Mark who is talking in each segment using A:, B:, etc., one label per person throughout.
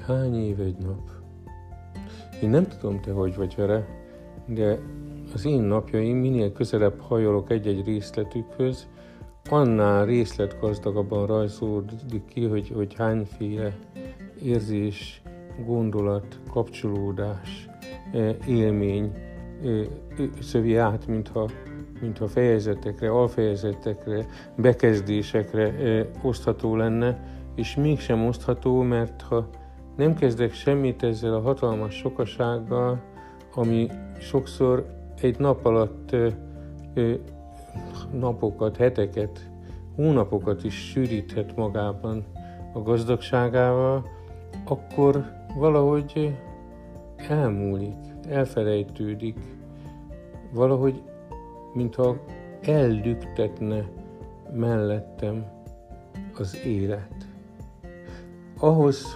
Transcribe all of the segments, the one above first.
A: Hány év egy nap? Én nem tudom, te hogy vagy vele, de az én napjaim minél közelebb hajolok egy-egy részletükhöz, annál részletgazdagabban rajzolódik ki, hogy hányféle érzés, gondolat, kapcsolódás, élmény szövi át, mintha fejezetekre, alfejezetekre, bekezdésekre osztható lenne, és mégsem osztható, mert ha nem kezdek semmit ezzel a hatalmas sokasággal, ami sokszor egy nap alatt napokat, heteket, hónapokat is sűríthet magában a gazdagságával, akkor valahogy elmúlik, elfelejtődik, valahogy mintha eldüktetne mellettem az élet. Ahhoz,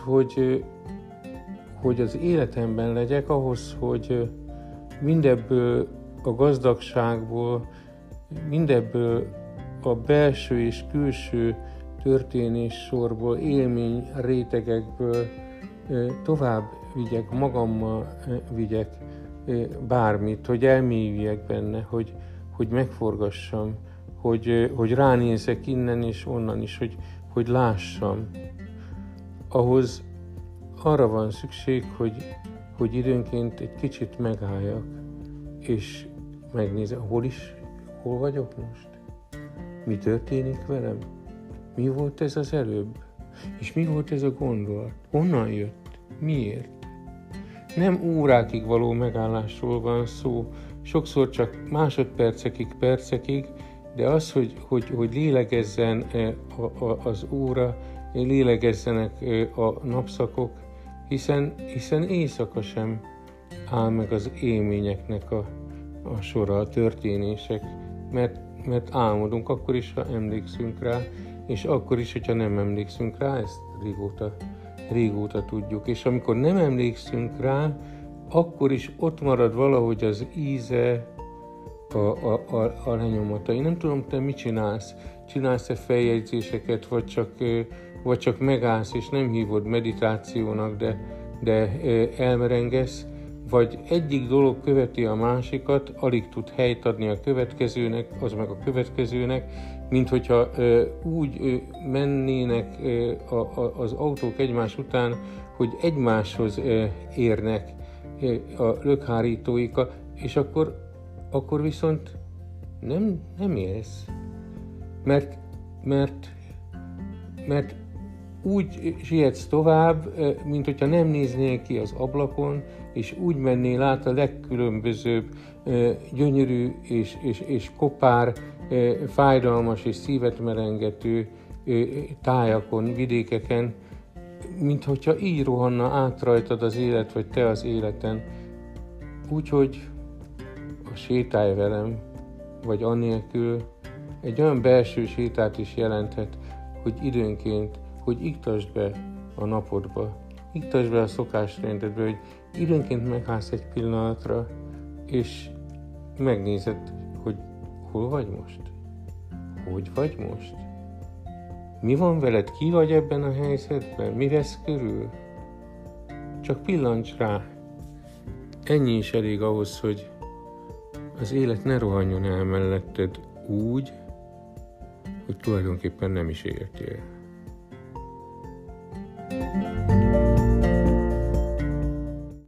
A: hogy az életemben legyek, ahhoz, hogy mindebből a gazdagságból, mindebből a belső és külső történés sorból, élmény rétegekből tovább vigyek, magammal vigyek bármit, hogy elmélyüljek benne, hogy megforgassam, hogy ránézek innen és onnan is, hogy lássam. Ahhoz arra van szükség, hogy időnként egy kicsit megálljak, és megnézem, hol vagyok most? Mi történik velem? Mi volt ez az előbb? És mi volt ez a gondolat? Honnan jött? Miért? Nem órákig való megállásról van szó, sokszor csak másodpercekig, percekig, de az, hogy lélegezzen az óra, lélegezzenek a napszakok, hiszen éjszaka sem áll meg az élményeknek a sora, a történések, mert álmodunk akkor is, ha emlékszünk rá, és akkor is, hogyha nem emlékszünk rá, ezt régóta tudjuk. És amikor nem emlékszünk rá, akkor is ott marad valahogy az íze, a lenyomata. Én nem tudom, te mit csinálsz? Csinálsz-e feljegyzéseket, vagy csak megállsz, és nem hívod meditációnak, de elmerengesz, vagy egyik dolog követi a másikat, alig tud helyt adni a következőnek, az meg a következőnek, mint hogyha úgy mennének az autók egymás után, hogy egymáshoz érnek a lökhárítóik, és akkor viszont nem élsz. Mert úgy sietsz tovább, mint hogyha nem néznél ki az ablakon, és úgy mennél át a legkülönbözőbb gyönyörű és kopár, fájdalmas és szívet merengető tájakon, vidékeken, mint hogyha így rohanna át rajtad az élet, vagy te az életen. Úgyhogy a sétálj velem, vagy annélkül egy olyan belső sétát is jelenthet, hogy időnként, hogy iktasd be a napodba, iktasd be a szokásrendedbe, hogy időnként megállsz egy pillanatra, és megnézed, hogy hol vagy most? Hogy vagy most? Mi van veled? Ki vagy ebben a helyzetben? Mi vesz körül? Csak pillancs rá. Ennyi is elég ahhoz, hogy az élet ne rohanjon el melletted úgy, hogy tulajdonképpen nem is éltél.